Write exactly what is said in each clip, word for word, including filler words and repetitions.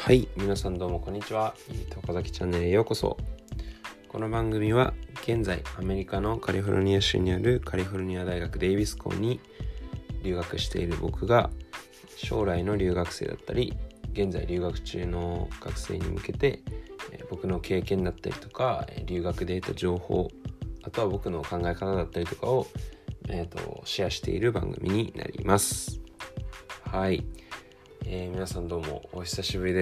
はい、皆さんどうもこんにちは。いいとこざきチャンネルへようこそ。この番組は現在アメリカのカリフォルニア州にあるカリフォルニア大学デイビス校に留学している僕が、将来の留学生だったり現在留学中の学生に向けて僕の経験だったりとか留学で得た情報、あとは僕の考え方だったりとかを、えーと、シェアしている番組になります。はい、えー、皆さんどうもお久しぶりです。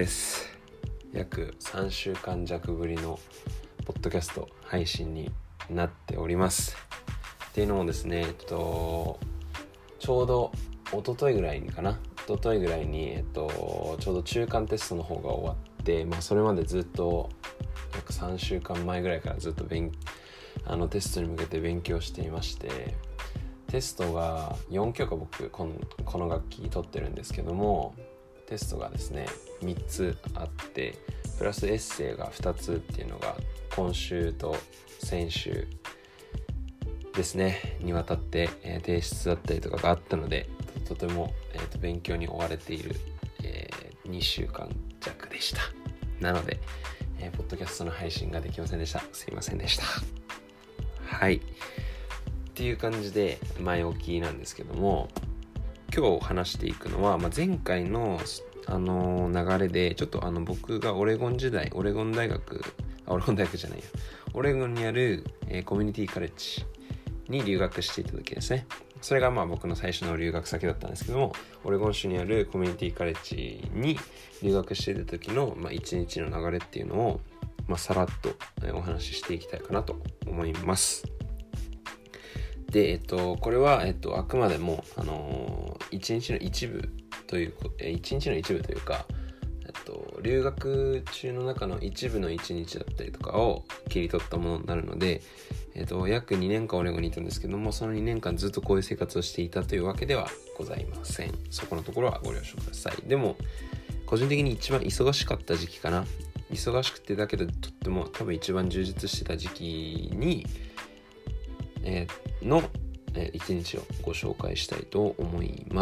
約さんしゅうかん弱ぶりのポッドキャスト配信になっております。っていうのもですね、えっと、ちょうど一昨日ぐらいにかな一昨日ぐらいに、えっと、ちょうど中間テストの方が終わって、まあ、それまでずっと約さんしゅうかんまえぐらいからずっと勉あのテストに向けて勉強していまして、テストがよん教科僕この、この学期取ってるんですけども、テストがですねみっつあって、プラスエッセイがふたつっていうのが今週と先週ですねにわたって、えー、提出だったりとかがあったので、と, とても、えー、と勉強に追われている、えー、にしゅうかん弱でした。なので、えー、ポッドキャストの配信ができませんでした。すいませんでした。はいっていう感じで前置きなんですけども、今日話していくのは、まあ、前回の、あのー、流れでちょっとあの僕がオレゴン時代オレゴン大学あオレゴン大学じゃないやオレゴンにある、えー、コミュニティカレッジに留学していた時ですね。それがまあ僕の最初の留学先だったんですけども、オレゴン州にあるコミュニティカレッジに留学していた時の、まあ、一日の流れっていうのを、まあ、さらっとお話ししていきたいかなと思います。で、えっと、これは、えっと、あくまでも、あのー、一日の一部という、え一日の一部というか、えっと、留学中の中の一部の一日だったりとかを切り取ったものになるので、えっと、約にねんかんオレゴンにいたんですけども、そのにねんかんずっとこういう生活をしていたというわけではございません。そこのところはご了承ください。でも、個人的に一番忙しかった時期かな。忙しくてだけど、とっても多分一番充実してた時期に、えー、の、えー、一日をご紹介したいと思います。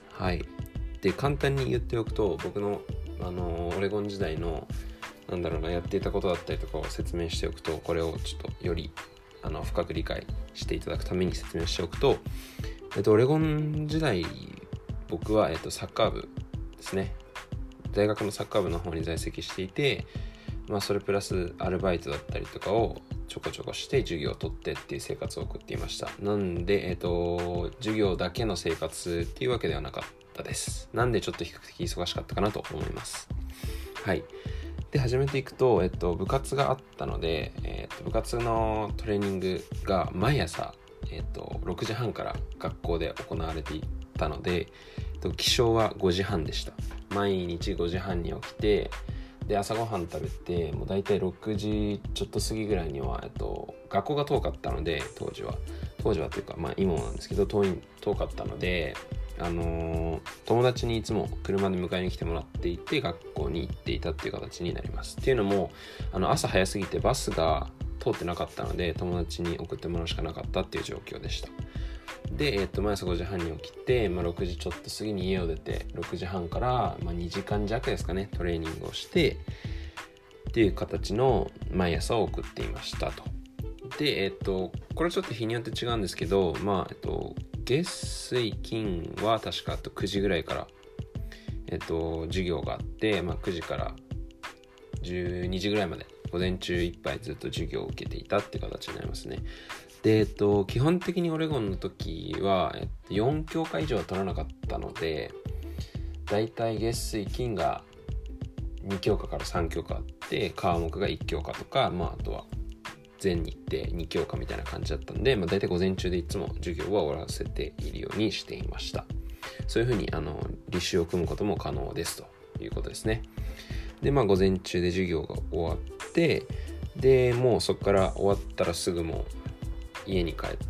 はい。で、簡単に言っておくと、僕の、あのー、オレゴン時代のなんだろうなやっていたことだったりとかを説明しておくと、これをちょっとよりあの深く理解していただくために説明しておくと、えっと、オレゴン時代僕は、えっと、サッカー部ですね。大学のサッカー部の方に在籍していて、まあ、それプラスアルバイトだったりとかをちょこちょこして授業を取ってっていう生活を送っていました。なんで、えっと、授業だけの生活っていうわけではなかったです。なんでちょっと比較的忙しかったかなと思います。はい。で、始めていくと、えっと、部活があったので、えっと、部活のトレーニングが毎朝、えっと、ろくじはんから学校で行われていたので、えっと、起床はごじはんでした。毎日ごじはんに起きて、で朝ごはん食べて、もうだいたいろくじちょっと過ぎぐらいには、えっと、学校が遠かったので、当時は当時はというか、まあ今もなんですけど、遠い遠かったので、あのー、友達にいつも車で迎えに来てもらっていて、学校に行っていたっていう形になります。っていうのも、あの朝早すぎてバスが通ってなかったので、友達に送ってもらうしかなかったっていう状況でした。で、えっと、毎朝ごじはんに起きて、まあ、ろくじちょっと過ぎに家を出て、ろくじはんから、まあ、にじかん弱ですかね、トレーニングをしてっていう形の毎朝を送っていましたと。で、えっと、これちょっと日によって違うんですけど、まあ、えっと、月水金は確かあとくじぐらいから、えっと、授業があって、まあ、くじからじゅうにじぐらいまで午前中いっぱいずっと授業を受けていたっていう形になりますね。で、えっと、基本的にオレゴンの時は、えっと、よん教科以上は取らなかったので、だいたい月水金がに教科からさん教科あって、科目がいち教科とか、まあ、あとは全日程に教科みたいな感じだったんで、まあ、だいたい午前中でいつも授業は終わらせているようにしていました。そういうふうにあの履修を組むことも可能ですということですね。で、まあ午前中で授業が終わって、でもうそこから終わったらすぐもう家に帰って、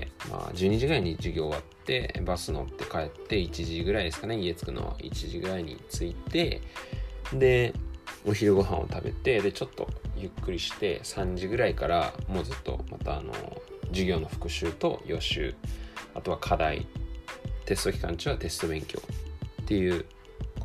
まあ、じゅうにじぐらいに授業終わってバス乗って帰っていちじぐらいですかね、家着くのはいちじぐらいに着いて、でお昼ご飯を食べて、でちょっとゆっくりしてさんじぐらいからもうずっとまたあの授業の復習と予習、あとは課題、テスト期間中はテスト勉強っていうこ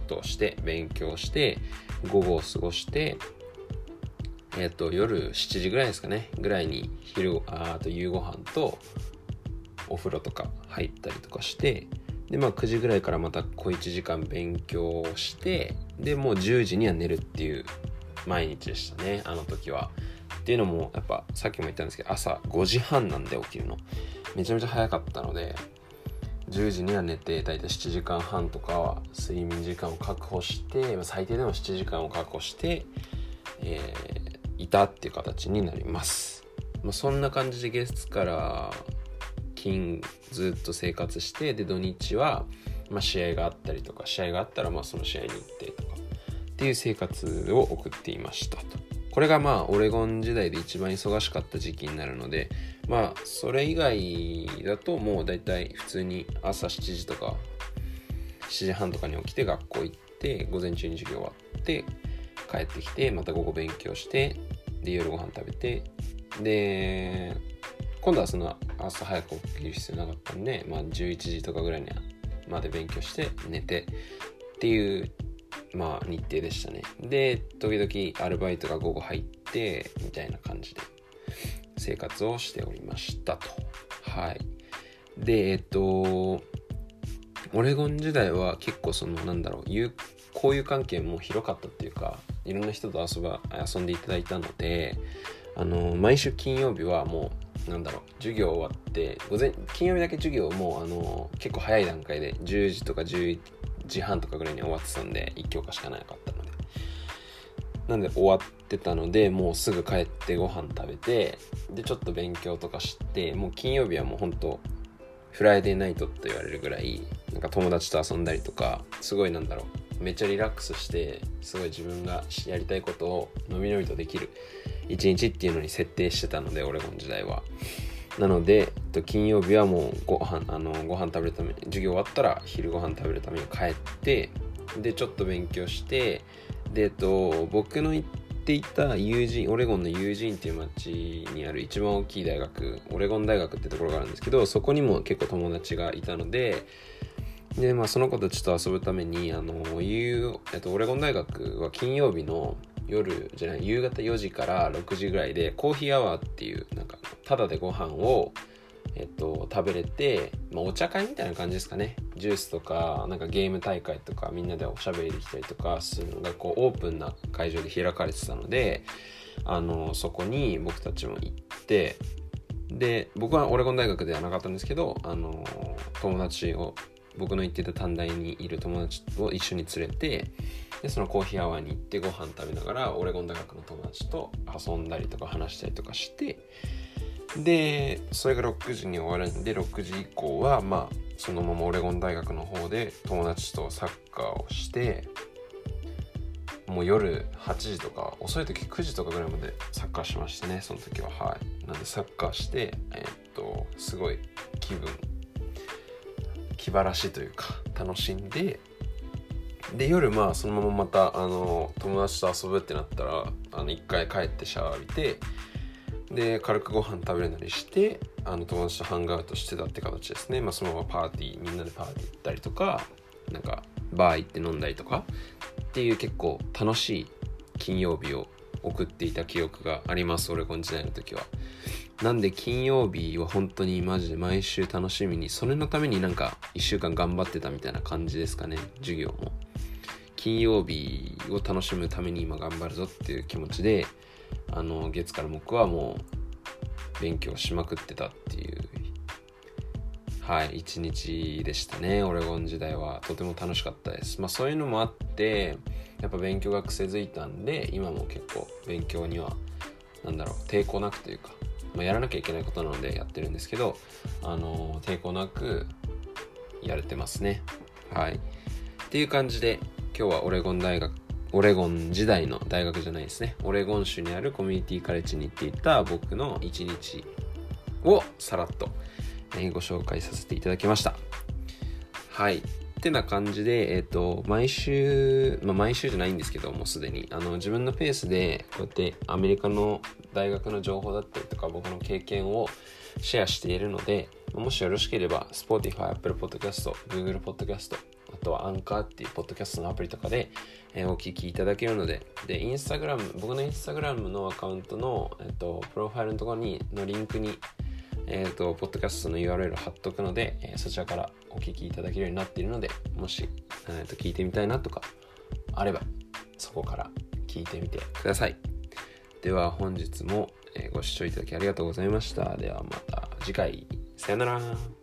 ことをして勉強して午後を過ごしてえっと夜しちじぐらいですかねぐらいに昼あと夕ご飯とお風呂とか入ったりとかしてでまあくじぐらいからまた小いちじかん勉強してでもうじゅうじには寝るっていう毎日でしたねあの時は。っていうのもやっぱさっきも言ったんですけど朝ごじはんなんで起きるのめちゃめちゃ早かったのでじゅうじには寝てだいたいしちじかんはんとかは睡眠時間を確保して最低でもしちじかんを確保して、えー、いたっていう形になります、まあ、そんな感じで月から金ずっと生活してで土日は、まあ、試合があったりとか試合があったらまあその試合に行ってとかっていう生活を送っていましたと。これがまあオレゴン時代で一番忙しかった時期になるのでまあそれ以外だともうだいたい普通に朝しちじとかしちじはんとかに起きて学校行って午前中に授業終わって帰ってきてまた午後勉強してで夜ご飯食べてで今度はその朝早く起きる必要なかったんで、まあ、じゅういちじとかぐらいにまで勉強して寝てっていうまあ日程でしたね。で時々アルバイトが午後入ってみたいな感じで生活をしておりましたと。はいでえっとオレゴン時代は結構そのなんだろう交友関係も広かったっていうかいろんな人と遊ば遊んでいただいたのであの毎週金曜日はもうなんだろう授業終わって午前金曜日だけ授業もあの結構早い段階でじゅうじとかじゅういちじはんとかぐらいに終わってたんでいち教科しかなかったのでなんで終わってたのでもうすぐ帰ってご飯食べてでちょっと勉強とかしてもう金曜日はもうほんとフライデーナイトって言われるぐらいなんか友達と遊んだりとかすごいなんだろうめっちゃリラックスしてすごい自分がやりたいことをのびのびとできる一日っていうのに設定してたのでオレゴン時代はなので金曜日はもうご飯あのご飯食べるために授業終わったら昼ご飯食べるために帰ってでちょっと勉強してで、えっと、僕の行っていたユージンオレゴンのユージンっていう町にある一番大きい大学オレゴン大学ってところがあるんですけどそこにも結構友達がいたのでで、まあ、その子たちと遊ぶためにあの、ユーえっと、オレゴン大学は金曜日の夜じゃない夕方よじからろくじぐらいでコーヒーアワーっていうなんかタダでご飯をえっと食べれて、まあ、お茶会みたいな感じですかねジュースとかなんかゲーム大会とかみんなでおしゃべりできたりとかするのがこうオープンな会場で開かれてたのであのそこに僕たちも行ってで僕はオレゴン大学ではなかったんですけどあの友達を僕の行ってた短大にいる友達を一緒に連れてでそのコーヒーアワーに行ってご飯食べながらオレゴン大学の友達と遊んだりとか話したりとかしてでそれがろくじに終わるんでろくじ以降はまあそのままオレゴン大学の方で友達とサッカーをしてもう夜はちじとか遅い時くじとかぐらいまでサッカーしましたねその時は。はいなんでサッカーしてえー、っとすごい気分気晴らしというか楽しんでで夜まあそのまままたあの友達と遊ぶってなったらあの一回帰ってシャワー浴びてで軽くご飯食べるなりしてあの友達とハングアウトしてたって形ですね。まあそのままパーティーみんなでパーティー行ったりとかなんかバー行って飲んだりとかっていう結構楽しい金曜日を送っていた記憶がありますオレゴン時代の時は。なんで金曜日は本当にマジで毎週楽しみにそれのためになんかいっしゅうかん頑張ってたみたいな感じですかね。授業も金曜日を楽しむために今頑張るぞっていう気持ちであの月から木はもう勉強しまくってたっていうはい一日でしたね。オレゴン時代はとても楽しかったです。まあそういうのもあってやっぱ勉強が癖づいたんで今も結構勉強にはなんだろう抵抗なくというか、まあ、やらなきゃいけないことなのでやってるんですけどあの抵抗なくやれてますね。はいっていう感じで今日はオレゴン大学オレゴン時代の大学じゃないですねオレゴン州にあるコミュニティカレッジに行っていた僕の一日をさらっとご紹介させていただきました。はいってな感じで、えっと、毎週、まあ、毎週じゃないんですけどもうすでにあの自分のペースでこうやってアメリカの大学の情報だったりとか僕の経験をシェアしているのでもしよろしければ Spotify、Apple Podcast、Google Podcast、あとはアンカーっていうポッドキャストのアプリとかで、えー、お聞きいただけるので、で、インスタグラム、僕のインスタグラムのアカウントの、えっと、プロファイルのところに、のリンクに、えっと、ポッドキャストの ユーアールエル を貼っとくので、えー、そちらからお聞きいただけるようになっているので、もし、えー、と聞いてみたいなとかあれば、そこから聞いてみてください。では本日もご視聴いただきありがとうございました。ではまた次回。さよなら。